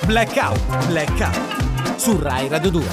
Blackout su Rai Radio 2.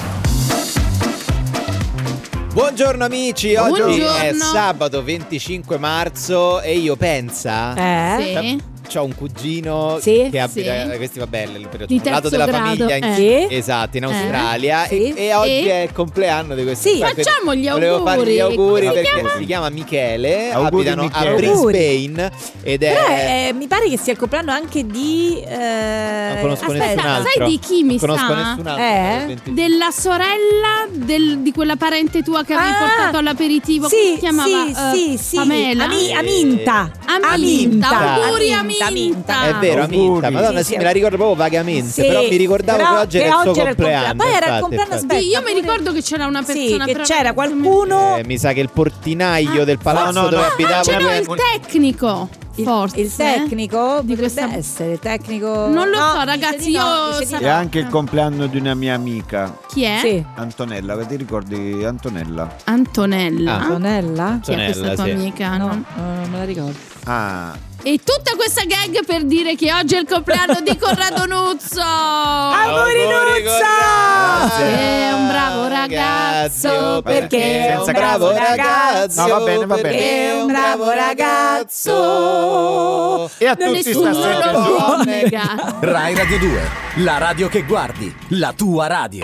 Buongiorno amici, oggi Buongiorno. è sabato 25 marzo e io pensa Sì. c'ho un cugino Sì. che abita, Sì. questi va bene, Di lato terzo della grado, famiglia Sì. esatto, in Australia Sì. e oggi E? è il compleanno di questo. Sì. Facciamo gli Volevo auguri. fargli gli auguri Come si perché chiama? si chiama Michele, Auguri, abitano a Michele. Brisbane ed Però è mi pare che sia il compleanno anche di non conosco Aspetta, nessun altro. sai di chi mi non conosco sa? nessun altro. Della sorella di quella parente tua che avevi portato all'aperitivo. Sì, Come si chiamava? sì. Pamela. Aminta. Aminta. Auguri Aminta. Aminta. È vero, Auguri. Aminta, madonna, Sì, sì, me la ricordo proprio vagamente, Sì, però mi ricordavo però che oggi era il suo oggi era il compleanno. Poi era il infatti, compleanno, infatti. aspetta. Sì, io mi pure- ricordo che c'era una Sì, persona che però- c'era qualcuno. Mi sa che il portinaio del palazzo no, dove no. abitavo c'era lui- il tecnico. Forse. Il tecnico Di potrebbe questa- essere il tecnico. Non lo No, so, dice ragazzi, di no, io dice di sarò- È no. anche il compleanno di una mia amica, Chi è? Sì. Antonella. Ti ricordi Antonella? Antonella. Ah. Antonella? Chi è questa Antonella, tua sì. amica? No, Non- non me la ricordo. Ah, E tutta questa gag per dire che oggi è il compleanno di Corrado Nuzzo. Auguri, Nuzzo! Grazie. È un bravo ragazzo, perché è un bravo ragazzo. No, va bene, va bene. perché È un bravo ragazzo. e a tutti Nessuno stasera. lo può negare. Rai Radio 2, la radio che guardi, la tua radio.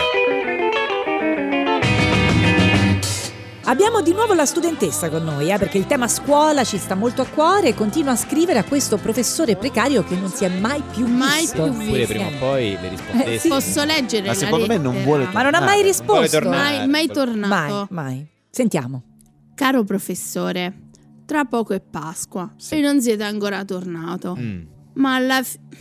Abbiamo di nuovo la studentessa con noi, perché il tema scuola ci sta molto a cuore e continua a scrivere a questo professore precario che non si è mai più Mai visto. più Pure visto. prima o poi le rispondessi. sì. Posso leggere Ma la secondo me non lettera? vuole Ma non ha mai Vuole risposto. tornare. Mai tornato. Mai. Sentiamo. Caro professore, tra poco è Pasqua e non siete ancora tornato. Ma alla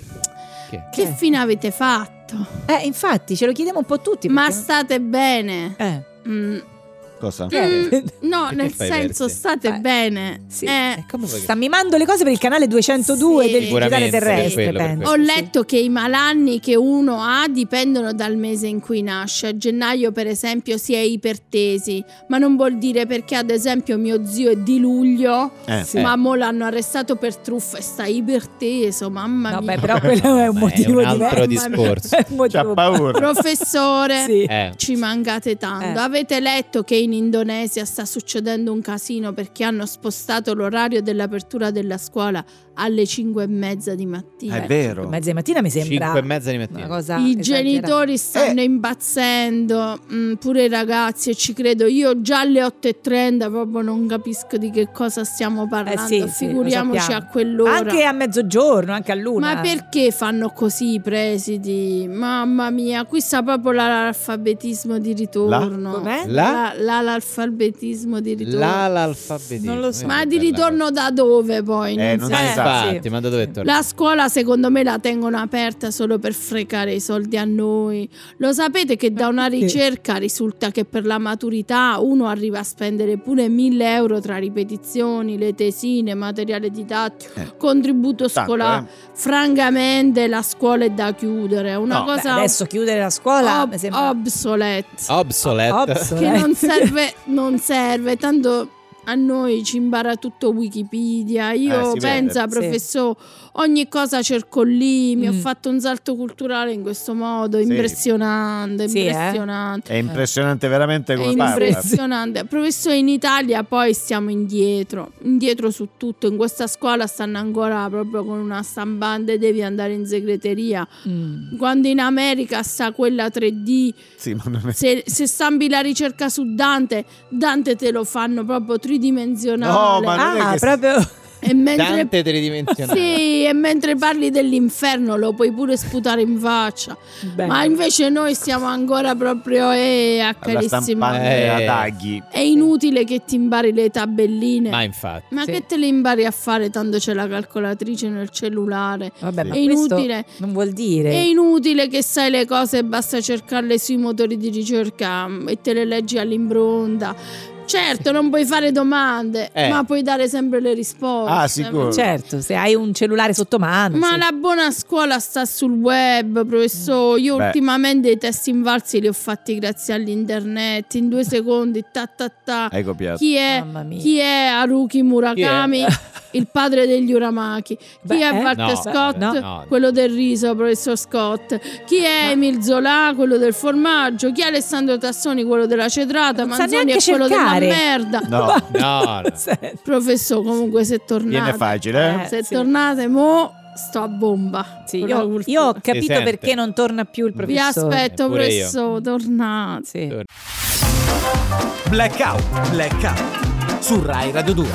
che fine avete fatto? Infatti, ce lo chiediamo un po' tutti. Ma perché- state bene? Mm. Cosa? No, nel fai senso, versi? state bene. Sì. Come vuoi che- Sta mimando le cose per il canale 202 Sì. del digitale Sicuramente, terrestre, per quello, per penso. Ho quello. letto che i malanni che uno ha dipendono dal mese in cui nasce. A gennaio, per esempio, si è ipertesi, ma non vuol dire perché, ad esempio, mio zio è di luglio, Sì. ma mo l'hanno arrestato per truffa e sta iperteso, mamma No, mia. beh, però quello è un Ma motivo è un altro diverso. discorso. È un motivo- C'ha paura. Professore, Sì. ci mancate tanto. Eh. Avete letto che in Indonesia sta succedendo un casino perché hanno spostato l'orario dell'apertura della scuola alle 5:30 di mattina. È vero. Mezza di mattina mi sembra 5:30 di una mattina. cosa I esagerata. genitori stanno impazzendo, pure i ragazzi, e ci credo. Io già alle 8:30 proprio non capisco di che cosa stiamo parlando. Sì, lo Figuriamoci sappiamo. a quell'ora. Anche a mezzogiorno, anche a luna. Ma perché fanno così i presidi? Mamma mia, qui sta proprio l'alfabetismo di ritorno. Com'è? L'alfabetismo di ritorno. L'alfabetismo. Non lo so. Ma di ritorno da dove poi? Non non si si sa. sa. Infatti, sì. ma da dove è tornato? La scuola secondo me la tengono aperta solo per fregare i soldi a noi. Lo sapete che da una ricerca risulta che per la maturità uno arriva a spendere pure 1.000 euro tra ripetizioni, le tesine, materiale didattico, contributo Tanto, scolare. Francamente la scuola è da chiudere, è una No, Beh, cosa adesso chiudere la scuola mi sembra obsolete. Obsolete. Che non serve, tanto a noi ci impara tutto Wikipedia. Io si penso, vede. professore, ogni cosa cerco lì. Mi ho fatto un salto culturale in questo modo. Impressionante, Sì, impressionante. È impressionante veramente È come parla. impressionante. Professore, in Italia poi stiamo indietro su tutto. In questa scuola stanno ancora proprio con una stampante, devi andare in segreteria. Quando in America sta quella 3D, Sì, ma non è... se stampi la ricerca su Dante te lo fanno proprio tridimensionale. No, ma non è che... proprio E mentre Tante tridimensionali. sì, e mentre parli dell'inferno lo puoi pure sputare in faccia. Beh. Ma invece noi stiamo ancora proprio a alla carissima. stampante a tagli. È inutile che ti impari le tabelline. Ma infatti. Ma Sì. che te le impari a fare tanto c'è la calcolatrice nel cellulare? Vabbè, ma È questo inutile. non vuol dire. È inutile che sai le cose, basta cercarle sui motori di ricerca e te le leggi all'impronta. Certo, non puoi fare domande, ma puoi dare sempre le risposte. Ah, sicuro. Certo, se hai un cellulare sotto mano. Ma sì. la buona scuola sta sul web, professore. Io Beh. ultimamente i test invalsi li ho fatti grazie all'internet. In 2 secondi, ta ta ta. Hai copiato. Chi è? Mamma mia. Chi è Haruki Murakami? il padre degli Uramaki. Chi è Walter no, Scott? no. Quello del riso, professor Scott. Chi è Emil Zola? Quello del formaggio. Chi è Alessandro Tassoni? Quello della cedrata. Non sa Manzoni è neanche quello cercare. della merda. No. Professor, comunque se tornate, Viene facile, se sì. tornate mo sto a bomba. Sì, con la cultura. io ho capito sente. perché non torna più il Vi professore. aspetto, Pure io. professore, tornate. Sì. Blackout su Rai Radio 2.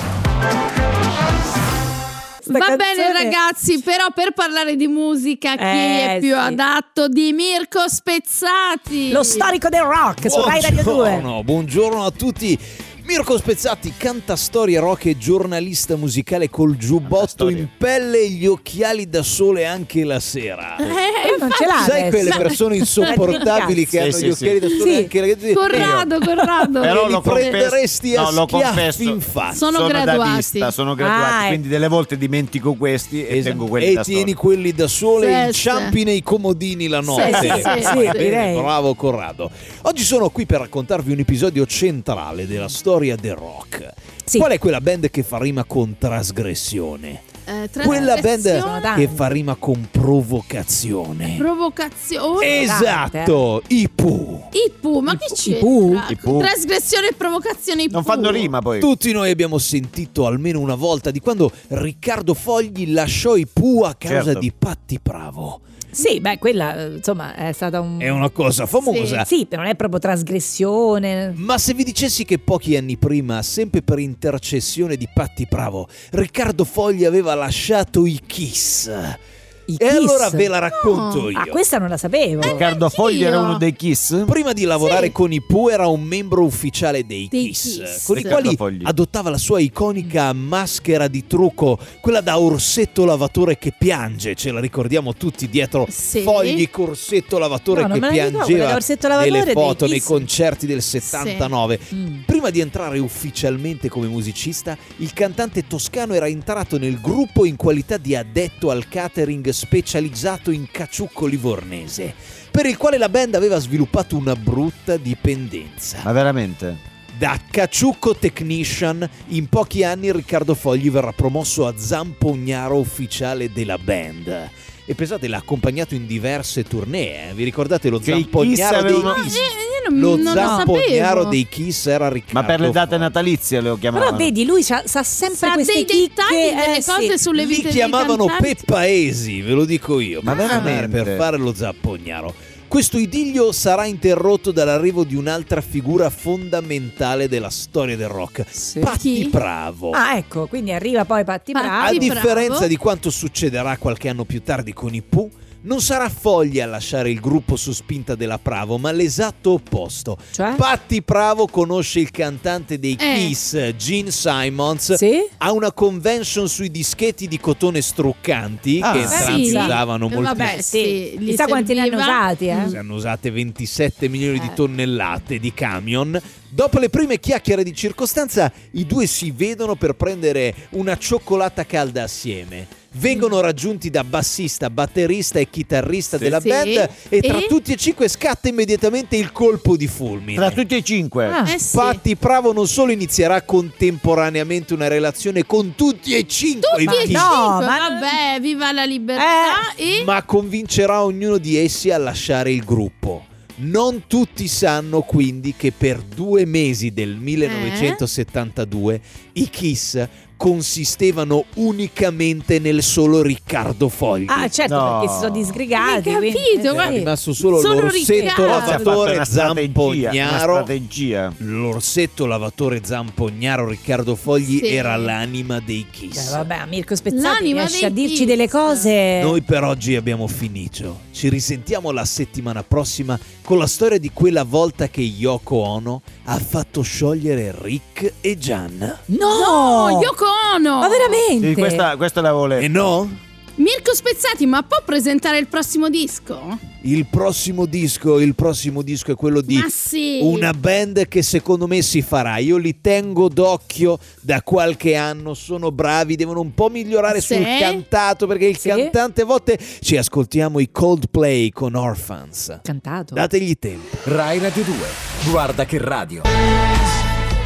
Va canzone- bene ragazzi, però per parlare di musica chi è più sì. adatto di Mirko Spezzati? Lo storico del rock su Rai Radio 2. Buongiorno a tutti. Mirko Spezzati, cantastorie rock e giornalista musicale col giubbotto Cantastorie. in pelle e gli occhiali da sole anche la sera. Non ce l'ha Sai adesso. quelle persone insopportabili che Sì, hanno sì, gli sì. occhiali da sole Sì. anche la Corrado. Però li lo prenderesti a lo schiaffi confesso, in faccia. Sono da graduati. vista, sono graduati, Ah, quindi delle volte dimentico questi e tengo quelli e da tieni sole. quelli da sole e Sì, inciampi nei comodini la notte. sì, sì, Bene, direi. bravo Corrado. Oggi sono qui per raccontarvi un episodio centrale della storia del rock. Sì. Qual è quella band che fa rima con trasgressione? Quella band Sono tante. che fa rima con provocazione. Provocazione. Esatto, i Pooh. I Pooh, ma che c'è? I Pooh. Trasgressione e provocazione i Non Pooh. fanno rima poi. Tutti noi abbiamo sentito almeno una volta di quando Riccardo Fogli lasciò i Pooh a causa Certo. di Patti Bravo. Sì, beh, quella insomma è stata un... È una cosa famosa. Sì, però non è proprio trasgressione. Ma se vi dicessi che pochi anni prima, sempre per intercessione di Patti Bravo, Riccardo Fogli aveva lasciato i Kiss. I E Kiss. allora ve la racconto io. Ah, questa non la sapevo. Riccardo Fogli era uno dei Kiss? Prima di lavorare Sì. con i Pooh era un membro ufficiale dei Dei Kiss, Kiss. con i Riccardo quali Fogli. adottava la sua iconica maschera di trucco, quella da orsetto lavatore che piange, ce la ricordiamo tutti dietro Sì. Fogli corsetto lavatore No, non che me la ricordo, quella piangeva da orsetto lavatore nelle dei foto, nei Kiss. concerti del 79. Mm. Prima di entrare ufficialmente come musicista, il cantante toscano era entrato nel gruppo in qualità di addetto al catering specializzato in caciucco livornese, per il quale la band aveva sviluppato una brutta dipendenza. Ma veramente? Da caciucco technician, in pochi anni Riccardo Fogli verrà promosso a zampognaro ufficiale della band. E pensate, l'ha accompagnato in diverse tournée, Vi ricordate lo Che i zampognaro Kiss dei avevano- Kiss? Io Lo non lo zampognaro sapevo. dei Kiss era Riccardo Ma per le date Fogli. natalizie lo chiamavano. Però vedi, lui sa sempre Sa queste dei chicche, dettagli, delle cose sì. sulle Li vite chiamavano dei cantanti. Peppaesi, ve lo dico io. Ma veramente? Per fare lo zappognaro. Questo idillio sarà interrotto dall'arrivo di un'altra figura fondamentale della storia del rock, Sì. Patti Chi? Bravo. Ah, ecco, quindi arriva poi Patti Patti Bravo. A Bravo. differenza di quanto succederà qualche anno più tardi con i Pooh, non sarà Fogli a lasciare il gruppo su spinta della Bravo, ma l'esatto opposto. Cioè? Patti Bravo conosce il cantante dei Kiss, Gene Simons, Sì? a una convention sui dischetti di cotone struccanti Ah. che entrambi Sì. usavano moltissimo. Vabbè, sì, gli Chissà quanti ne hanno serviva. usati, eh? Si hanno usate 27 milioni di tonnellate di camion. Dopo le prime chiacchiere di circostanza, i due si vedono per prendere una cioccolata calda assieme. Vengono raggiunti da bassista, batterista e chitarrista Sì. della Sì. band e tra E? tutti e cinque scatta immediatamente il colpo di fulmine. Tra tutti e cinque. Ah. Sì. Patti Bravo non solo inizierà contemporaneamente una relazione con tutti e cinque Tutti i e Kiss, no, cinque, ma- vabbè, viva la libertà e... ma convincerà ognuno di essi a lasciare il gruppo. Non tutti sanno quindi che per 2 mesi del 1972 i Kiss consistevano unicamente nel solo Riccardo Fogli. Ah, certo, No. perché si sono disgregati. Hai quindi- capito, Era guarda. rimasto solo Sono l'orsetto Riccardo. Si è fatta lavatore una zampognaro. strategia. L'orsetto lavatore zampognaro Riccardo Fogli Sì. era l'anima dei Kiss. Vabbè, Mirko Spezzati L'anima riesce dei a dirci Kiss. delle cose. Noi per oggi abbiamo finito. Ci risentiamo la settimana prossima con la storia di quella volta che Yoko Ono ha fatto sciogliere Rick e Gian. No! Yoko Ono! Ma veramente? Sì, questa la E volevo. no? Mirko Spezzati, ma può presentare il prossimo disco? Il prossimo disco è quello di Ma sì. una band che secondo me si farà. Io li tengo d'occhio da qualche anno, sono bravi, devono un po' migliorare Sì. sul cantato perché il Sì. cantante a volte ci ascoltiamo i Coldplay con Orphans. Cantato. Dategli tempo. Rai Radio 2. Guarda che radio.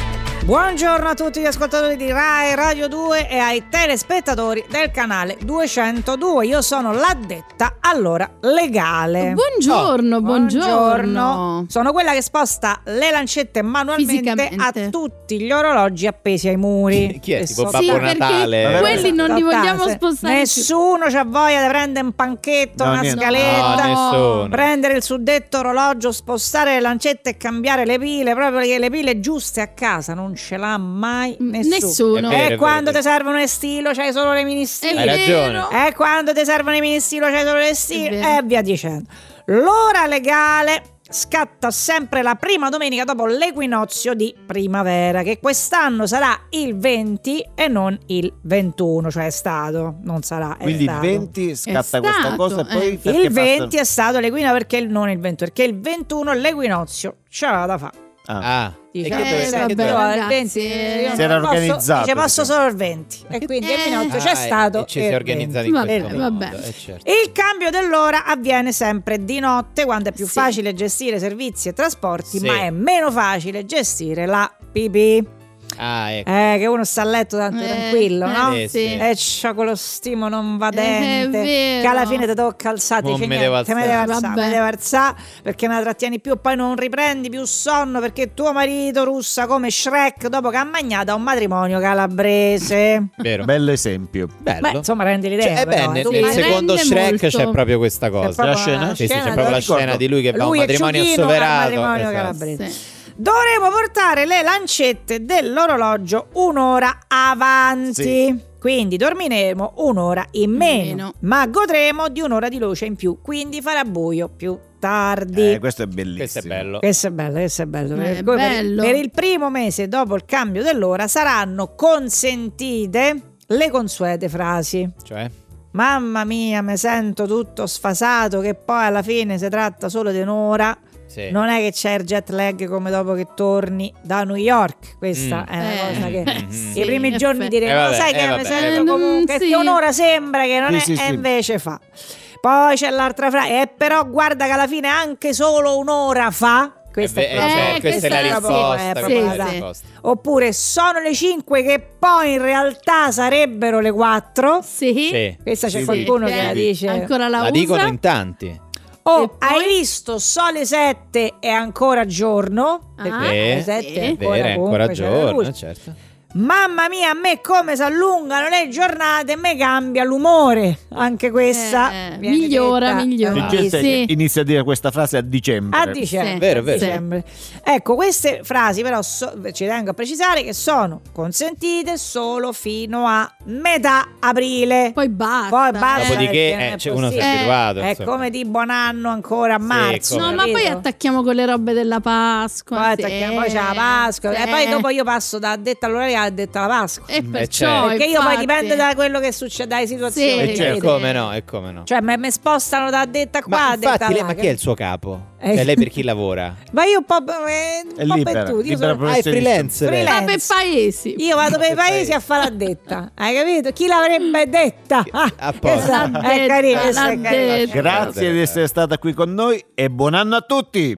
Buongiorno a tutti gli ascoltatori di Rai Radio 2 e ai telespettatori del canale 202. Io sono l'addetta all'ora legale. Buongiorno, buongiorno. Sono quella che sposta le lancette manualmente a Fisicamente. tutti gli orologi appesi ai muri. Chi è? Che Tipo sono- Sì, Babbo perché Natale? quelli non li vogliamo Totale. spostare. Nessuno c'ha voglia di prendere un panchetto, No, una niente. scaletta, No, nessuno. prendere il suddetto orologio, spostare le lancette e cambiare le pile, proprio perché le pile giuste a casa non ce l'ha mai nessuno. È vero, E quando è vero. ti servono le stilo c'hai solo le mini È stilo. Hai ragione. vero. E quando ti servono i mini stilo c'hai solo le stilo È vero. e via dicendo. L'ora legale scatta sempre la prima domenica dopo l'equinozio di primavera, che quest'anno sarà il 20 e non il 21, cioè è stato, non sarà, è Quindi il stato. 20 scatta questa stato, cosa e poi perché Il 20 passa- è stato l'equinozio, perché non il 21, perché il 21 l'equinozio ce l'aveva da fare. Ah, Dice, e che dove- vabbè, che però dove- il ragazzi, 20 io si era non posso- organizzato, dice, posso diciamo. solo il 20 e quindi l'equinozio c'è stato e ci si è il organizzati 20. in questo Vabbè, modo. vabbè. Certo. Il cambio dell'ora avviene sempre di notte, quando è più Sì. facile gestire servizi e trasporti, Sì. ma è meno facile gestire la pipì. Ah, ecco. Che uno sta a letto tanto tranquillo, no? Sì, sì. E c'ha quello stimo non vadente, È vero. che alla fine ti tocca alzare, Non dice me niente, devo me devo alzare. alzare, Vabbè. me devo alzare, perché non la trattieni più, poi non riprendi più sonno, perché tuo marito russa come Shrek dopo che ha mangiato a un matrimonio calabrese. Vero. Bello esempio. Bello. Beh, insomma, rendi l'idea. Cioè, però, nel tu sì, nel vai- secondo rende Shrek molto. c'è proprio questa c'è cosa. proprio La scena? Sì, sì, c'è scena proprio la ricordo. scena di lui che va a un Lui e matrimonio Ciuchino al assoverato. matrimonio Esatto. calabrese. Sì. Dovremo portare le lancette dell'orologio un'ora avanti. Sì. Quindi dormiremo un'ora in meno, Meno. ma godremo di un'ora di luce in più, quindi farà buio più tardi. Questo è bellissimo. Questo è bello. Questo è bello, questo è bello. È Per- bello. per il primo mese dopo il cambio dell'ora saranno consentite le consuete frasi. Cioè? Mamma mia, mi sento tutto sfasato, che poi alla fine si tratta solo di un'ora. Sì. Non è che c'è il jet lag come dopo che torni da New York. Questa Mm. è una cosa che sì, i primi in giorni effetti. diremo, vabbè, sai che vabbè, mi sento vabbè. comunque Sì. che un'ora sembra che non Sì, è, sì, e sì. invece fa. Poi c'è l'altra frase, però guarda che alla fine anche solo un'ora fa. Questa è proprio- cioè, questa è la questa è risposta. proprio- questa proprio è sì, la sì. risposta. Oppure sono le 5 che poi in realtà sarebbero le 4. Sì. Sì. Questa c'è Sì, qualcuno sì. che la dice. Ancora la La usa? dicono in tanti. Oh, E poi? hai visto sole 7 è ancora giorno? Perché Ah, alle sì. 7 Sì. è È ancora, vero, è ancora comunque c'è la giorno, luce. certo. Mamma mia, a me come si allungano le giornate, me cambia l'umore. Anche questa viene migliora, detta migliora. da- C'è gente Sì. che inizia a dire questa frase a dicembre. a dicembre. Sì. Vero, a vero. dicembre. Ecco, queste frasi però ci tengo a precisare che sono consentite solo fino a metà aprile. Poi basta. Poi basta. Dopodiché, perché non è cioè, uno si è possibile. abituato. È insomma. come di buon anno ancora a marzo. come No, no. ma poi capito? attacchiamo con le robe della Pasqua. Poi, sì. attacchiamo, poi c'è la Pasqua Sì. e poi dopo io passo da addetta all'orario a addetta alla Pasqua. E perciò, certo. Perché io poi infatti. dipende da quello che succede, dalle situazioni. Sì. E capito? certo, come no, e come no. Cioè, mi spostano da addetta qua Ma a addetta infatti, lei, là. ma chi è il suo capo? Eh. Cioè, lei per chi lavora? Ma io un po', È un po' libera, per tutti. Io, libera sono- Ah, è freelance lei. Freelance. Ma per paesi. io vado per i paesi a fare l'addetta. Hai capito? Chi l'avrebbe detta? A posto. Esatto, è L'addetta, carino, questa è carino. l'addetta. Grazie di essere stata qui con noi e buon anno a tutti.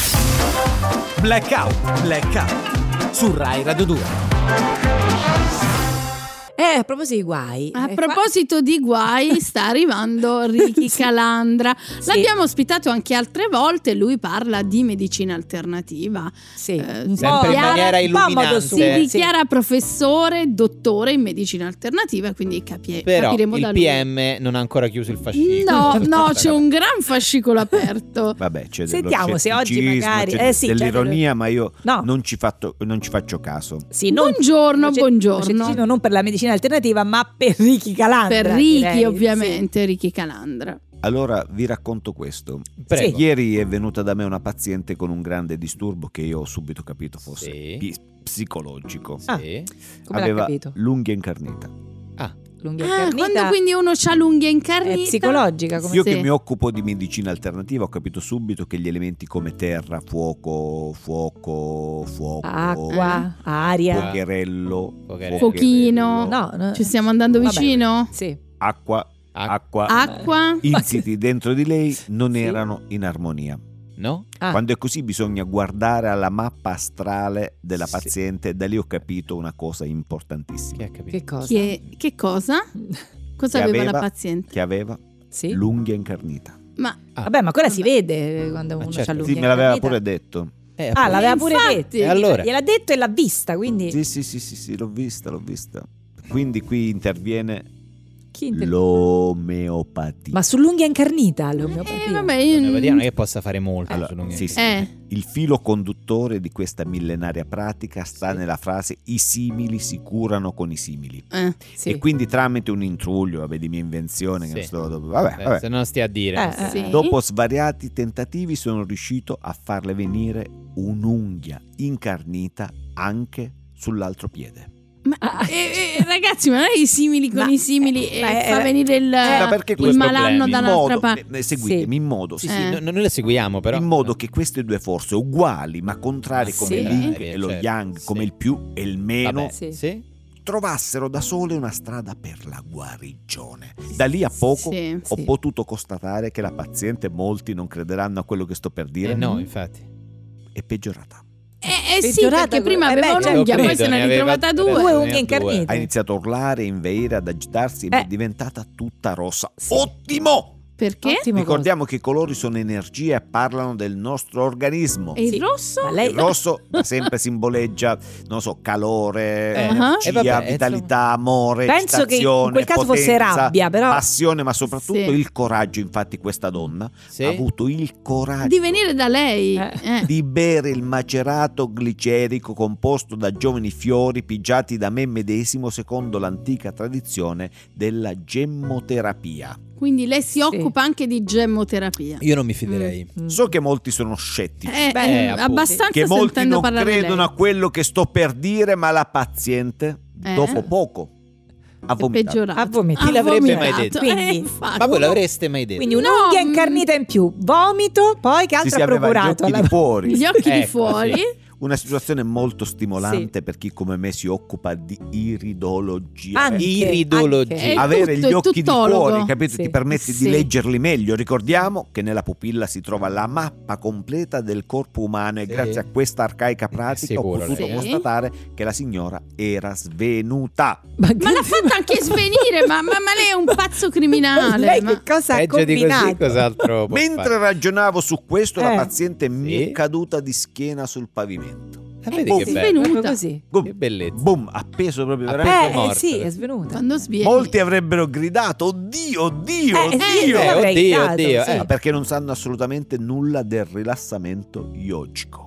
Blackout su Rai Radio 2. A proposito di guai. A proposito di guai, sta arrivando Ricky Calandra. Sì. L'abbiamo ospitato anche altre volte. Lui parla di medicina alternativa. Sì, un Sempre in po' maniera un po' modo illuminante. suo. Si Sì. dichiara professore, dottore in medicina alternativa. Quindi Però capiremo il da lui. PM non ha ancora chiuso il fascicolo. No, no, c'è un gran fascicolo aperto. Vabbè, c'è Sentiamo se oggi scetticismo, magari- c'è sì, c'è dell'ironia, ma io No. non ci faccio caso. Sì, non- Buongiorno, c'è- buongiorno. c'è- non per la medicina alternativa, ma per Ricky Calandra. Per Ricky, direi. ovviamente, Ricky Calandra. Allora vi racconto questo. Prego. Ieri è venuta da me una paziente con un grande disturbo che io ho subito capito fosse Sì. psicologico. Ah. Sì. Come l'ha Aveva capito? l'unghia incarnita. Ah, L'unghia Ah, incarnita quando quindi uno c'ha l'unghia è incarnita. psicologica. Come Io Sì. che mi occupo di medicina alternativa ho capito subito che gli elementi come terra, fuoco, acqua, aria. fuocherello, Fuochino. No, Ci stiamo andando Vabbè. vicino? Sì. acqua, Ac- acqua, Acqua. insiti dentro di lei non Sì. erano in armonia. No? Quando è così bisogna guardare alla mappa astrale della Sì. paziente e da lì ho capito una cosa importantissima. Chi ha capito? Che cosa? Che cosa? Cosa Che aveva aveva- la paziente? Che aveva Sì? l'unghia incarnita. Ma Vabbè, ma quella si vede quando uno certo. c'ha l'unghia Sì, me l'aveva incarnita. pure detto. Ah, l'aveva pure Infatti. detto. E allora? Gliel'ha detto e l'ha vista, quindi... Sì, l'ho vista. Quindi qui interviene Chi inter- l'omeopatia. Ma sull'unghia incarnita l'omeopatia? vabbè, io Non è che possa fare molto Allora, sull'unghia. sì, sì. Il filo conduttore di questa millenaria pratica sta nella frase "i simili si curano con i simili". Sì. E quindi tramite un intruglio, vabbè, di mia invenzione, che Sì. vabbè. Se non stia a dire. Sì. Dopo svariati tentativi sono riuscito a farle venire un'unghia incarnita anche sull'altro piede. Ma, ragazzi, ma non è i simili con i simili e fa venire Ma perché il questo malanno problema? da un'altra parte. Seguitemi, in modo Sì, noi le seguiamo però. in modo che queste due forze uguali ma contrarie come Sì. il yin Sì, e lo certo. yang, Sì. come il più e il meno, Vabbè, Sì. sì. trovassero da sole una strada per la guarigione. Da lì a poco Sì. ho Sì. potuto constatare che la paziente, molti non crederanno a quello che sto per dire, No, infatti. è peggiorata. Sì, Peggiorata perché prima come- aveva beh, un'unghia, lo poi se credo, ne ne è ritrovata aveva- due. Due ne ha unghie incarnite. Ha iniziato a urlare, a inveire, ad agitarsi e mi è diventata tutta rossa. Sì. Ottimo! Perché? Ottimo Ricordiamo che i colori sono energia e parlano del nostro organismo. E il Sì. rosso? Ma lei... Il rosso da sempre simboleggia, non so, calore, Uh-huh. energia, vabbè, vitalità, amore, Penso che in eccitazione, quel caso fosse potenza, rabbia, però... passione, ma soprattutto Sì. il coraggio. Infatti questa donna Sì. ha avuto il coraggio Di venire da lei. di bere il macerato glicerico composto da giovani fiori pigiati da me medesimo secondo l'antica tradizione della gemmoterapia. Quindi lei si Sì. occupa anche di gemmoterapia. Io non mi fiderei. So che molti sono scettici, appunto. Abbastanza che molti sentendo non parlare credono lei. a quello che sto per dire, ma la paziente dopo poco ha È vomitato. peggiorato. Ha vomitato. Chi l'avrebbe vomitato. mai detto? Quindi- Infatti. Ma voi l'avreste mai detto? Quindi un'unghia No, incarnita in più, vomito, poi che Sì, altro sì, ha aveva gli procurato? occhi di fuori. Gli occhi di Ecco, fuori. sì. Una situazione molto stimolante per chi come me si occupa di iridologia. Anche, Iridologia. anche. È Avere tutto, gli è occhi di tuttologo. fuori, capito? Sì. Ti permette Sì. di leggerli meglio. Ricordiamo che nella pupilla si trova la mappa completa del corpo umano e Sì. grazie a questa arcaica pratica ho Sicuro, potuto sì. constatare che la signora era svenuta. Ma l'ha fatta anche svenire, ma lei è un pazzo criminale. Lei ma- che cosa ha Peggio di combinato? così, cos'altro può Mentre fare? ragionavo su questo, la Eh. paziente mi Sì. è caduta di schiena sul pavimento. Vedi Oh, che sì, bello. svenuta. Proprio così. Boom, Che bellezza. boom, appeso proprio Ah, veramente. morta. Sì, è svenuta. Quando sviene. Molti avrebbero gridato: Oddio, oddio, Sì, oddio! io l'avrei oddio, dato, oddio, sì. Ma perché non sanno assolutamente nulla del rilassamento yogico.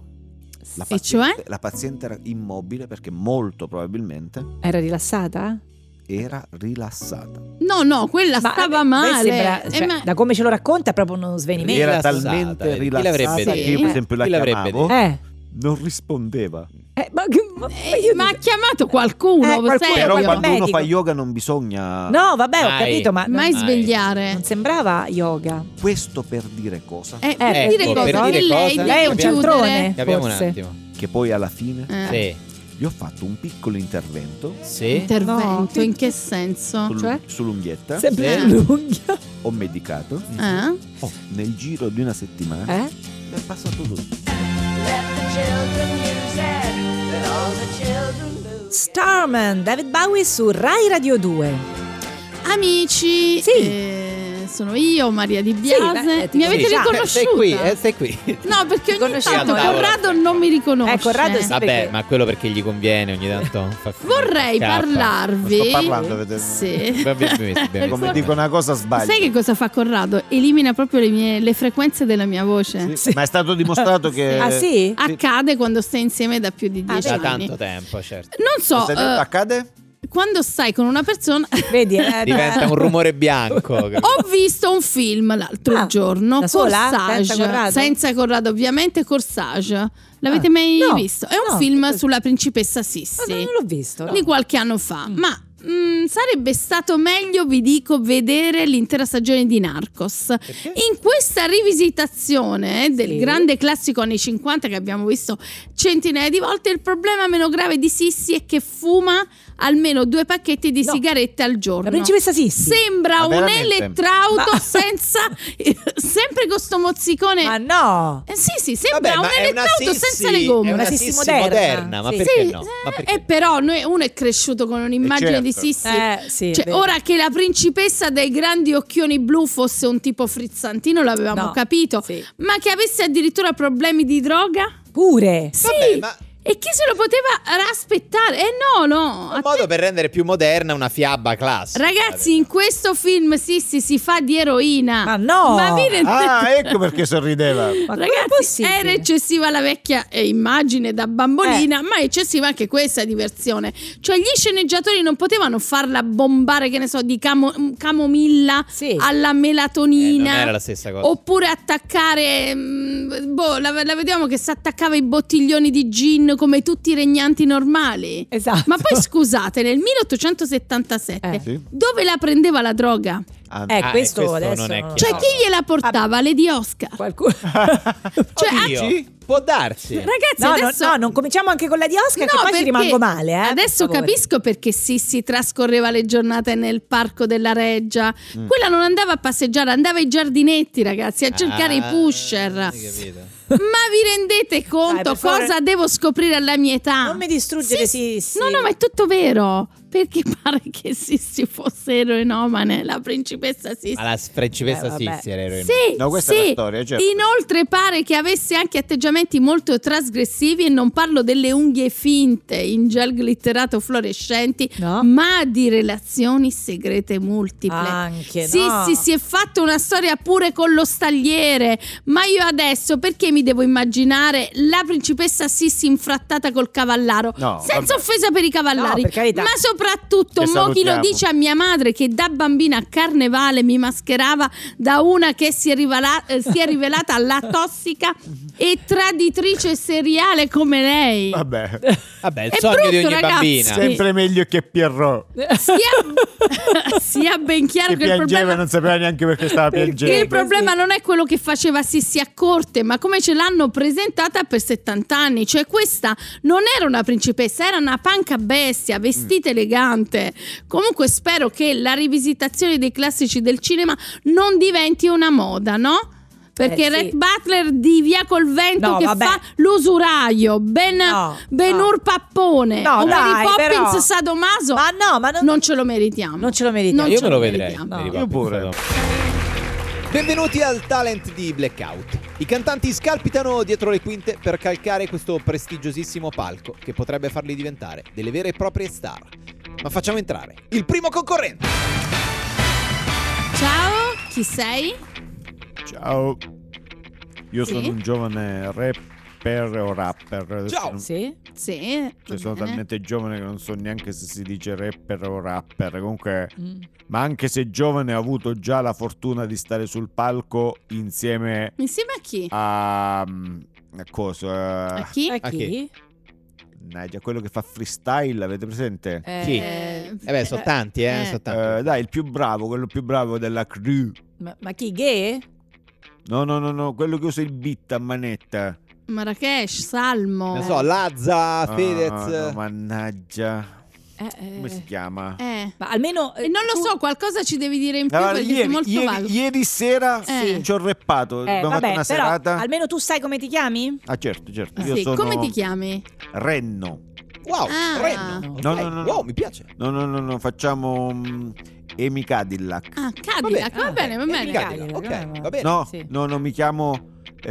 E cioè? La paziente era immobile perché molto probabilmente Era rilassata? era rilassata. No, quella Ma, stava a me male. sembra- cioè, ma- da come ce lo racconta è proprio uno svenimento. Era Rilassata, talmente vedi? Chi rilassata l'avrebbe che detto? io per esempio la Chi l'avrebbe chiamavo, non rispondeva. ma ha chiamato qualcuno, qualcuno, serio? Però qualche quando uno medico. fa yoga non bisogna... No, vabbè, ho Mai. capito, ma Mai Mai. svegliare. non sembrava yoga. Questo per dire cosa? Per Ecco, dire cosa? per dire Che lei cosa? deve Lei è un chiudere. cialtrone. Capiamo un Forse. attimo. Che poi alla fine Eh. Sì. gli ho fatto un piccolo intervento Sì. Intervento, No. in che senso? Cioè? sull'unghietta, Sempre Sì. l'unghia. ho medicato, nel giro di una settimana Eh? è passato tutto. Starman, David Bowie su Rai Radio 2. Amici, Sì. sono io, Maria Di Biase. ti Mi avete conosciamo. riconosciuta? Sei qui. No, perché ogni conosciamo. tanto Corrado non mi riconosce. Corrado sì. Vabbè, Perché? ma quello perché gli conviene ogni tanto. Vorrei Scappa. parlarvi. Sto parlando, vedete? Sì. Vabbè, Come dico una cosa sbaglio. Sai che cosa fa Corrado? Elimina proprio le frequenze della mia voce. Sì, ma è stato dimostrato che... Ah sì? Accade quando stai insieme da più di 10 Da anni. tanto tempo, certo. Non so, Cosa hai detto? Accade? quando stai con una persona. Vedi? Diventa un rumore bianco. Ho visto un film l'altro Ah, giorno, da sola? Corsage, Senza Corrado? senza Corrado ovviamente, Corsage. L'avete mai no, visto? È un no, film che- sulla principessa Ah, Sissi non l'ho visto. no. di qualche anno fa, ma sarebbe stato meglio, vi dico, vedere l'intera stagione di Narcos. Perché? In questa rivisitazione del grande classico anni 50 che abbiamo visto centinaia di volte, il problema meno grave di Sissi è che fuma almeno 2 pacchetti di sigarette al giorno. La principessa Sissi Sembra Ma un veramente? elettrauto senza sempre con sto mozzicone. Ma no, Sì, sembra Vabbè, un ma è una elettrauto Sissi, senza le gomme. è una Sissi Sissi moderna. ma Sì. perché Sì, no? Ma perché? però uno è cresciuto con un'immagine di certo. Sissi. sì, Cioè, è vero. ora che la principessa dai grandi occhioni blu fosse un tipo frizzantino l'avevamo No, capito, sì. ma che avesse addirittura problemi di droga? Pure Sì. Vabbè, ma E chi se lo poteva aspettare? No. è un modo per rendere più moderna una fiaba classica. Ragazzi, in questo film Sissi si fa di eroina. Ma no! Ma vi rendete? Ah, ecco perché sorrideva. Ma com'è Ragazzi, possibile? era eccessiva la vecchia immagine da bambolina, ma è eccessiva anche questa diversione. Cioè, gli sceneggiatori non potevano farla bombare, che ne so, di camomilla Sì. alla melatonina. Non era la stessa cosa. Oppure attaccare. La vediamo che si attaccava i bottiglioni di gin come tutti i regnanti normali. Esatto. Ma poi scusate, nel 1877, Sì. dove la prendeva la droga? Ah, questo questo adesso non è non lo Cioè, chiaro. chi gliela portava? Lady Oscar. Qualcuno... Cioè, Oddio, può darsi. ragazzi, No, adesso... non cominciamo anche con la di Oscar, che No, poi ci perché rimango male. Adesso per favore. capisco perché si trascorreva le giornate nel parco della Reggia. Quella non andava a passeggiare, andava ai giardinetti, ragazzi, a cercare i pusher. Hai capito. Ma vi rendete conto per favore. cosa devo scoprire alla mia età? Non mi distruggere Sissi. No, ma è tutto vero. Perché pare che Sissi fosse eroinomane, la principessa Sissi. Ma la principessa vabbè. Sissi era eroina. Sì, No, questa è la storia, certo. Inoltre pare che avesse anche atteggiamenti molto trasgressivi, e non parlo delle unghie finte in gel glitterato fluorescenti, No. ma di relazioni segrete multiple. Anche, Sì, no. si è fatta una storia pure con lo stagliere. Ma io adesso perché mi devo immaginare la principessa Sissi infrattata col cavallaro? No, Senza vabbè. offesa per i cavallari, No, per carità. ma soprattutto Che mo chi lo salutiamo. dice a mia madre che da bambina a carnevale mi mascherava da una che si è rivelata la tossica e traditrice seriale come lei. Vabbè, Vabbè, il È sogno di brutto, ogni ragazzi. bambina. Sì. sempre meglio che Pierrot, Sia ben chiaro che che il piangeva e problema, non sapeva neanche perché stava piangendo. il problema non è quello che faceva Sissi a corte, ma come ce l'hanno presentata per 70 anni. Cioè, questa non era una principessa, era una panca bestia, vestita elegante. Comunque spero che la rivisitazione dei classici del cinema non diventi una moda, no? Perché sì. Rhett Butler di Via col Vento No, che vabbè. fa l'usuraio, Ben Hur Pappone, No, o dai, Mary Poppins però. Sadomaso, Ma no, ma non ce lo meritiamo. Non ce lo meritiamo. Non Io ce me lo lo vedrei. meritiamo. mi No. ricordo. Io pure. Benvenuti al talent di Blackout. I cantanti scalpitano dietro le quinte per calcare questo prestigiosissimo palco che potrebbe farli diventare delle vere e proprie star. Ma facciamo entrare il primo concorrente. Ciao, chi sei? Ciao, io Sì? sono un giovane rapper o rapper. Adesso Ciao. non- Sì? Sì, Cioè, sono bene. talmente giovane che non so neanche se si dice rapper o rapper. Comunque, Mm. ma anche se giovane, ho avuto già la fortuna di stare sul palco insieme Insieme a chi? a cosa? A chi? A A chi? chi? Mannaggia, quello che fa freestyle, avete presente? Chi? Beh, sono tanti, sono tanti. Dai, il più bravo, quello più bravo della crew. Ma chi? Gay? No, quello che usa il beat a manetta. Marrakesh, Salmo. Ne so, Lazza, Fedez. No, mannaggia. Come si Eh, chiama? Ma almeno E non lo so, qualcosa ci devi dire in più Allora, perché sei molto vago. ieri sera Sì. ci ho rappato. Abbiamo fatto vabbè, una però serata. almeno tu sai come ti chiami? Ah, certo. Ah, Io sì, sono come ti chiami? Renno. Wow, Ah. Renno. No, Ok, no, no, Wow, no. mi piace. No, facciamo Amy Cadillac. Ah, Cadillac, va bene, va bene. Cadillac. Ok, va bene. No, sì. no, mi chiamo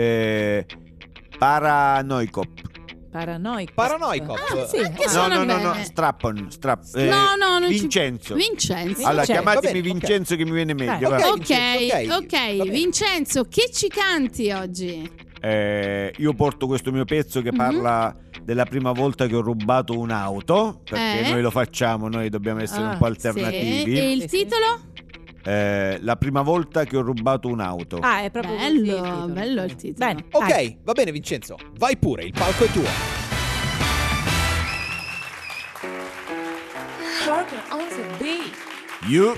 Paranoicop. Paranoico. Paranoicop. Ah, sì, anche Ah. suona No, bene. Strappon. No, non ci- Vincenzo. Vincenzo. Allora, Vincenzo. chiamatemi Va bene, ok. Vincenzo che mi viene meglio. Ok. va. Ok, Vincenzo, ok. ok, Va bene. Vincenzo, che ci canti oggi? Io porto questo mio pezzo che Mhm. parla della prima volta che ho rubato un'auto, perché Eh? noi lo facciamo, noi dobbiamo essere un po' alternativi. Sì. E il Sì, sì. titolo? La prima volta che ho rubato un'auto. Ah, è proprio così il Bello, titolo. bello il titolo. Bene. Ok, dai. va bene Vincenzo, vai pure, il palco è tuo. Oh, se B. You.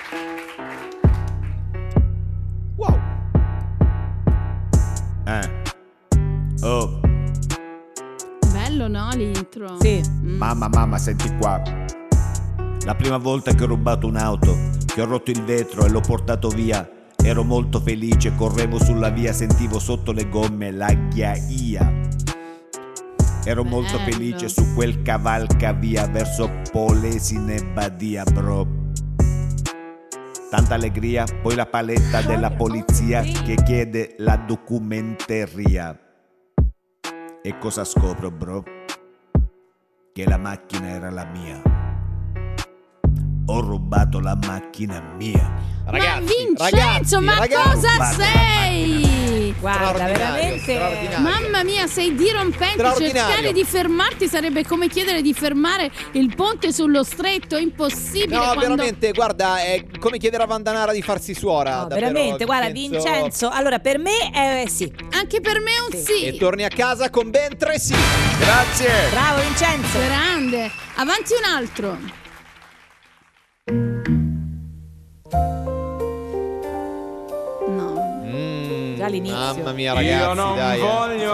Wow. Oh. Bello, no, l'intro? Sì. Mamma, senti qua. La prima volta che ho rubato un'auto, che ho rotto il vetro e l'ho portato via, ero molto felice, correvo sulla via, sentivo sotto le gomme la ghiaia. Ero molto Bello. felice su quel cavalcavia verso Polesine Badia, bro. Tanta allegria, poi la paletta della polizia che chiede la documenteria. E cosa scopro, bro? Che la macchina era la mia. Ho rubato la macchina mia. Ma Vincenzo, ma cosa sei? Guarda, Straordinario, veramente. straordinario. Mamma mia, sei dirompente. Straordinario. Cercare di fermarti sarebbe come chiedere di fermare il ponte sullo stretto. È impossibile. No, quando... veramente, guarda, è come chiedere a Vandanara di farsi suora. No, davvero, veramente, guarda, Vincenzo. Allora, per me è sì. Anche per me è un sì. E torni a casa con ben 3 sì. Grazie. Bravo, Vincenzo. Grande. Avanti un altro. No. Già all'inizio. Mamma mia, ragazzi, Io non dai. voglio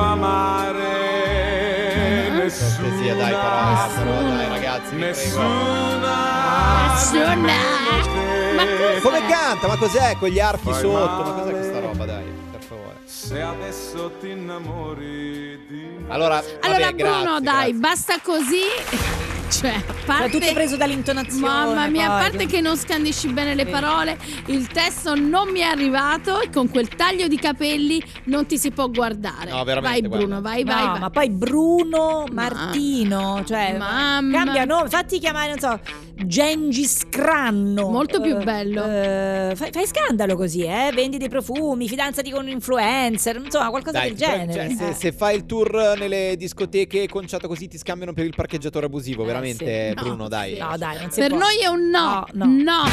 amare nessuno. Cortesia, dai, però, dai, ragazzi, vi prego. Nessuna. Ma cosa? Come canta? Ma cos'è? Con gli archi Fai sotto? Ma male. cos'è questa roba, dai, per favore. Se adesso ti innamori di me. Allora, Allora, vabbè, Bruno, grazie, dai, grazie. basta così. Cioè, a Era parte... tutto preso dall'intonazione. Mamma mia, a poi. parte che non scandisci bene le parole, il testo non mi è arrivato e con quel taglio di capelli non ti si può guardare. No, veramente, Vai Bruno, guarda. vai, No, vai, vai. ma poi Bruno Martino, cioè Mamma. cambia nome, fatti chiamare, non so, Gengis Cranno. Molto più bello. Fai scandalo così, vendi dei profumi, fidanzati con un influencer, insomma, qualcosa Dai, del genere. cioè, se fai il tour nelle discoteche conciato così ti scambiano per il parcheggiatore abusivo, veramente, sì. Bruno, dai. No, dai, non si Per può. noi è un no. No, no. No.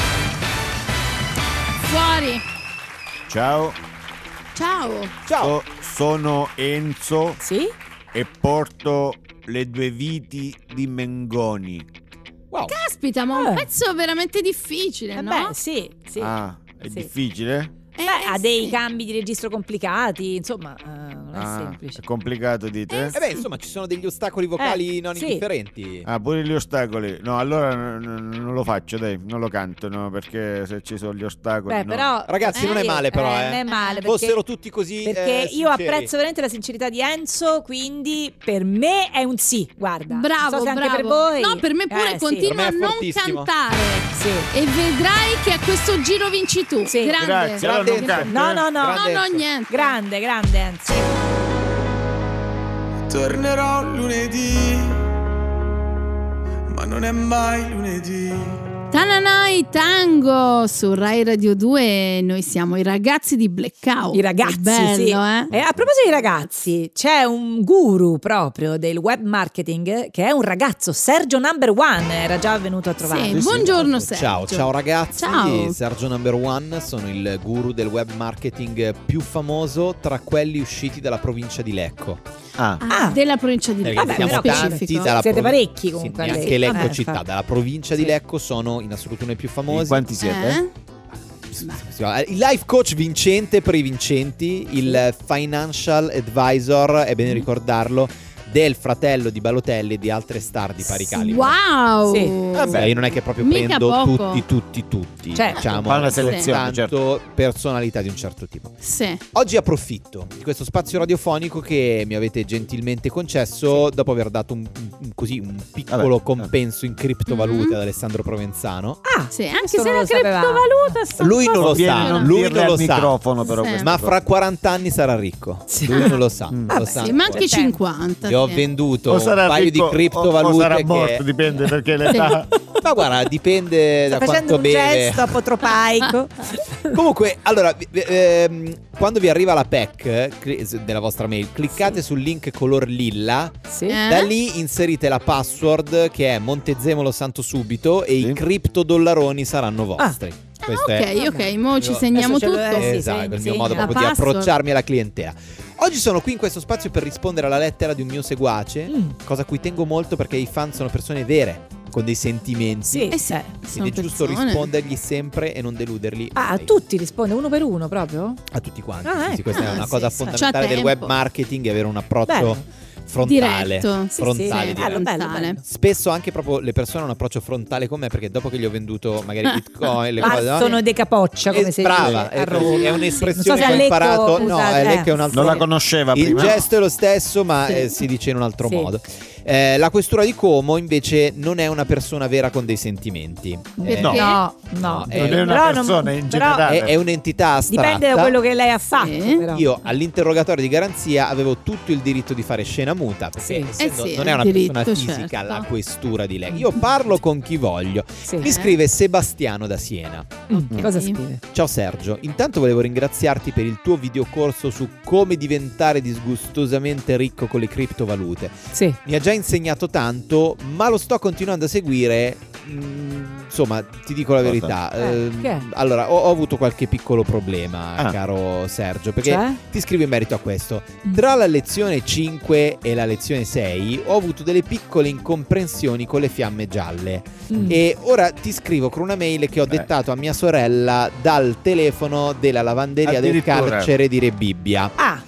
Fuori. Ciao. Ciao. Ciao. Sono Enzo Sì? e porto le 2 viti di Mengoni. Wow. Caspita, ma un pezzo veramente difficile, no? Beh, sì, sì. Ah, è Sì. difficile? Beh, ha sì. dei cambi di registro complicati, insomma, non è semplice. È complicato, dite? Beh, insomma, ci sono degli ostacoli vocali non sì. indifferenti. Ah, pure gli ostacoli. No, allora non lo faccio, dai, non lo canto, no, perché se ci sono gli ostacoli. Beh, no. però Ragazzi, non è male, però, non è male perché, Fossero tutti così. perché io sinceri. apprezzo veramente la sincerità di Enzo, quindi per me è un sì, guarda. Bravo, non so se anche bravo. per voi. No, per me pure sì. continua Per me è a non fortissimo. cantare. Sì. E vedrai che a questo giro vinci tu. Sì. Grande. Grazie, allora non Grande. canto. No, no, no. No, Grande no, Enzo. niente. Grande Enzo. Tornerò lunedì, ma non è mai lunedì. Tananai Tango su Rai Radio 2. Noi siamo i ragazzi di Blackout. I ragazzi, Che bello, sì. eh? E a proposito di ragazzi, c'è un guru proprio del web marketing che è un ragazzo, Sergio Number One, era già venuto a trovarci. Sì, buongiorno Sergio. Ciao ragazzi, Ciao. Sergio Number One, sono il guru del web marketing più famoso tra quelli usciti dalla provincia di Lecco. Ah. Della provincia di Perché Lecco. Vabbè, siamo però tanti specifico. dalla Siete parecchi Sì, comunque. neanche lì. Lecco Vabbè, città, fa- dalla provincia di Lecco sono in assoluto uno dei più famosi. In quanti siete? Eh? Il life coach vincente per i vincenti, il financial advisor, è bene ricordarlo, del fratello di Balotelli e di altre star di pari calibro. Wow. Sì. Vabbè, io non è che proprio Mica prendo poco. tutti, Certo. diciamo, Fa una selezione, soltanto personalità di un certo tipo. Sì. Oggi approfitto di questo spazio radiofonico che mi avete gentilmente concesso dopo aver dato un piccolo Vabbè. compenso in criptovalute Mhm. ad Alessandro Provenzano. Ah, Sì, anche questo se non la lo sapevamo. criptovaluta sta un Lui po' non lo Vieni, sa, non lui dirle non lo al sa. microfono però Sì. questa Ma cosa. fra 40 anni sarà ricco. Lui non lo sa. Lo sa Sì, ma anche ancora. 50. Io ho sì. venduto O un sarà paio ricco di criptovalute o sarà che... morto, dipende perché l'età. Ma guarda, dipende sta da facendo quanto un beve. gesto apotropaico. Comunque, allora, quando vi arriva la PEC della vostra mail, cliccate sul link color lilla. Sì. Da lì inserite la password che è Montezemolo Santo Subito e Sì. i criptodollaroni saranno vostri. Questo è Ok, mo ci segniamo Adesso ce tutto. lo- sì, esatto, il mio sì, modo la proprio di password. approcciarmi alla clientela. Oggi sono qui in questo spazio per rispondere alla lettera di un mio seguace, cosa a cui tengo molto perché i fan sono persone vere, con dei sentimenti. Sì, sì, Quindi è giusto rispondergli sempre e non deluderli. A mai. tutti risponde uno per uno proprio? A tutti quanti. Ah, sì, ecco. questa è una Ah, cosa sì, fondamentale c'ha del web tempo. marketing, avere un approccio Bello. frontale. Diretto. Sì, Frontale, sì, diretto. bello. Spesso anche proprio le persone hanno un approccio frontale con me, perché dopo che gli ho venduto magari Bitcoin, le cose, no? Sono dei capoccia, come si brava, dice a Roma. è un'espressione Non so se che ho a Lecco imparato. No, usate- Lecco è un altro. Non la conosceva Il prima. gesto è lo stesso, ma Sì. si dice in un altro Sì. modo. La questura di Como invece non è una persona vera con dei sentimenti. Perché? No, No, no. è Non è una Però persona in però generale. è un'entità astratta. dipende da quello che lei ha fatto. Sì. Però. Io all'interrogatorio di garanzia avevo tutto il diritto di fare scena muta, perché Sì. essendo sì, non è è una un persona diritto, fisica certo. la questura di lei. Io parlo con chi voglio. Sì. Mi scrive Sebastiano da Siena. Ok. Cosa scrive? Ciao Sergio, intanto volevo ringraziarti per il tuo videocorso su come diventare disgustosamente ricco con le criptovalute. Sì. Mi ha già insegnato tanto, ma lo sto continuando a seguire. Insomma, ti dico la verità. Che è? Allora, ho avuto qualche piccolo problema, Ah. caro Sergio, perché Cioè? ti scrivo in merito a questo. Tra la lezione 5 e la lezione 6 ho avuto delle piccole incomprensioni con le fiamme gialle. Mm. E ora ti scrivo con una mail che ho dettato a mia sorella dal telefono della lavanderia del Addirittura. carcere di Rebibbia. Ah,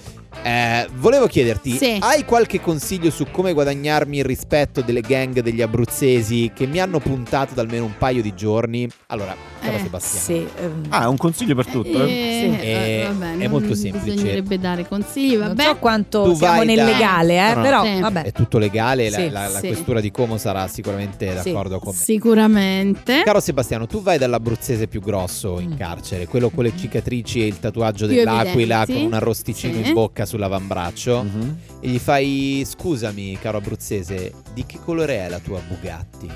Volevo chiederti, Sì. hai qualche consiglio su come guadagnarmi il rispetto delle gang degli abruzzesi che mi hanno puntato da almeno un paio di giorni? Allora, caro Sebastiano, sì. Ah, un consiglio per tutto. Vabbè, è non molto semplice. Bisognerebbe dare consigli, Non vabbè. so quanto Tu siamo vai nel da- legale, No, no, però sì. vabbè. è tutto legale, Sì, la sì. questura di Como sarà sicuramente Sì. d'accordo con me. Sicuramente. Caro Sebastiano, tu vai dall'abruzzese più grosso in carcere, quello con le cicatrici e il tatuaggio Più dell'aquila evidenti. con un arrosticino Sì. in bocca sull'avambraccio, Mhm. e gli fai: scusami caro abruzzese, di che colore è la tua Bugatti?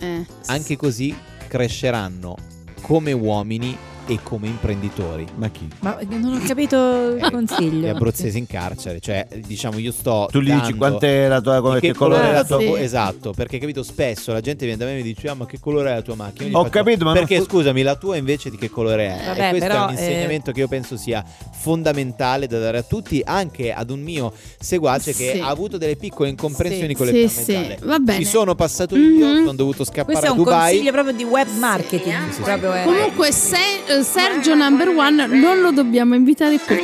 Anche così cresceranno come uomini e come imprenditori. Ma chi? Ma non ho capito il Gli consiglio. abruzzesi in carcere, cioè diciamo io sto Tu gli dici dando- quant'è la tua di che che colore colore è è la la tua Sì. esatto, perché capito spesso la gente viene da me e mi dice: ah, ma che colore è la tua macchina? Io gli Ho faccio, capito, ma non perché fu- scusami, la tua invece di che colore è? Vabbè, E questo però, è un insegnamento che io penso sia fondamentale da dare a tutti, anche ad un mio seguace che Sì. ha avuto delle piccole incomprensioni Sì, con le sì, fiamme sì. gialle. Va bene. Ci sono passato io, Mhm. sono dovuto scappare Questo è a un Dubai. consiglio proprio di web marketing. Sì, sì. Proprio è- Comunque Sergio number one non lo dobbiamo invitare qui.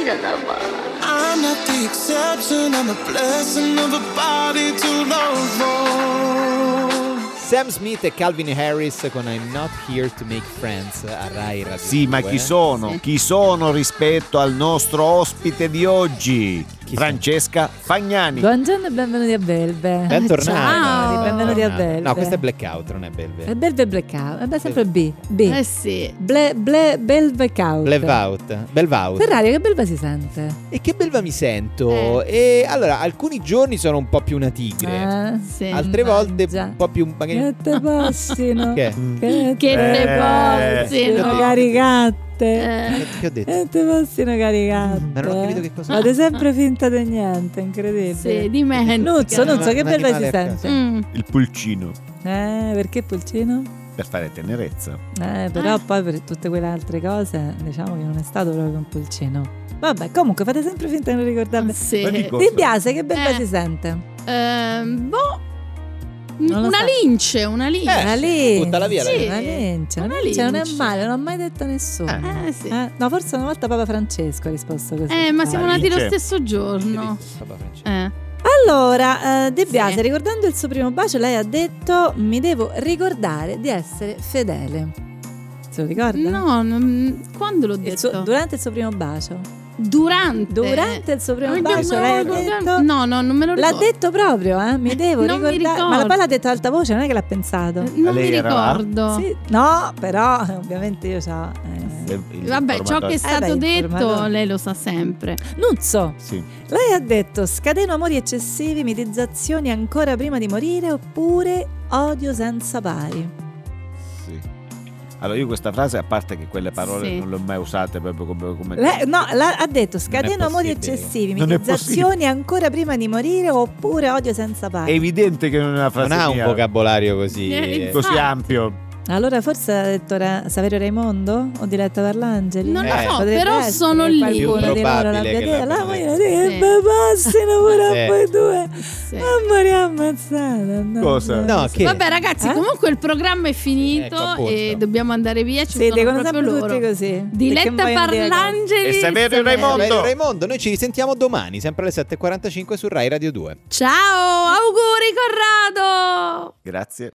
I'm not the exception, I'm a blessing of a body to love for. Sam Smith e Calvin Harris con I'm Not Here to Make Friends a Rai Radio Sì, ma 2. chi sono? Sì. Chi sono rispetto al nostro ospite di oggi? Chi Francesca Fagnani. Buongiorno e benvenuti a Belve. Bentornati. Ciao. Benvenuti a Belve. No, questo è Blackout, non è Belve. È Belve Blackout. È sempre B. B. Sì. Belvecaut. Belvout. Ferrari, che belva si sente? E che belva mi sento. E allora, alcuni giorni sono un po' più una tigre. Sì. Altre volte già. un po' più magari. Che te possino. Che? Che te sì, possino. caricate. Che ho detto? Che te possino caricate. Ma non ho capito che cosa. Fate sempre finta di niente, incredibile. Sì, dimentica. Nuzzo, che Un belva si animale a sente. Il pulcino. Perché pulcino? Per fare tenerezza. Però poi per tutte quelle altre cose diciamo che non è stato proprio un pulcino. Vabbè, comunque fate sempre finta di non ricordarmi. Sì. Ma dico- Di Biase che belva Eh. si sente? Boh. Non lo Una so. lince, una lince. Una lince. butta la via la Sì. lince. Una lince. Una Una lince non è lince. male, non ho mai detto a nessuno. Sì. No, forse una volta Papa Francesco ha risposto così. Ma siamo nati lo lince. stesso giorno. Papà Francesco. Allora, De Biase, Sì. ricordando il suo primo bacio, lei ha detto: mi devo ricordare di essere fedele. Se lo ricorda? No, quando l'ho Il suo- detto? durante il suo primo bacio. Durante il suo primo No, bacio, lei ha detto. No, non me lo L'ha ricordo. detto proprio, mi devo Non mi ricordare. ricordo. Ma poi l'ha detto ad alta voce, non è che l'ha pensato. Non mi Lei era là? ricordo. Sì, no, però ovviamente io so. Vabbè, ciò che è stato beh, detto informatore. lei lo sa sempre. Nuzzo, Sì. lei ha detto: scateno amori eccessivi, mitizzazioni ancora prima di morire, oppure odio senza pari. Sì. Allora io questa frase, a parte che quelle parole Sì. non le ho mai usate proprio come Lei, no, ha detto: scateno amori possibile. eccessivi, Non è mitizzazioni ancora prima di morire, oppure odio senza È pari. evidente che non è una frase Non ha un mia vocabolario così. Eh, così Infatti. ampio. Allora forse ha detto Saverio Raimondo o Diletta Parlangeli? Non lo so, Potrebbe però essere sono che lì. qualcuno Più di loro probabile l'abbia che detto. La l'abbiano moglie detto. che Sì. passino pure a Sì. voi due. Sì. Mamma mia, ammazzata. no. Cosa? No, che? Vabbè ragazzi, comunque il programma è finito Ecco, appunto. e dobbiamo andare via. Ci Sì, sono dicono proprio sempre loro. tutti così. Diletta Perché vogliono dire Parlangeli E Saverio Raimondo. Raimondo, noi ci risentiamo domani, sempre alle 7.45 su Rai Radio 2. Ciao, auguri Corrado! Grazie.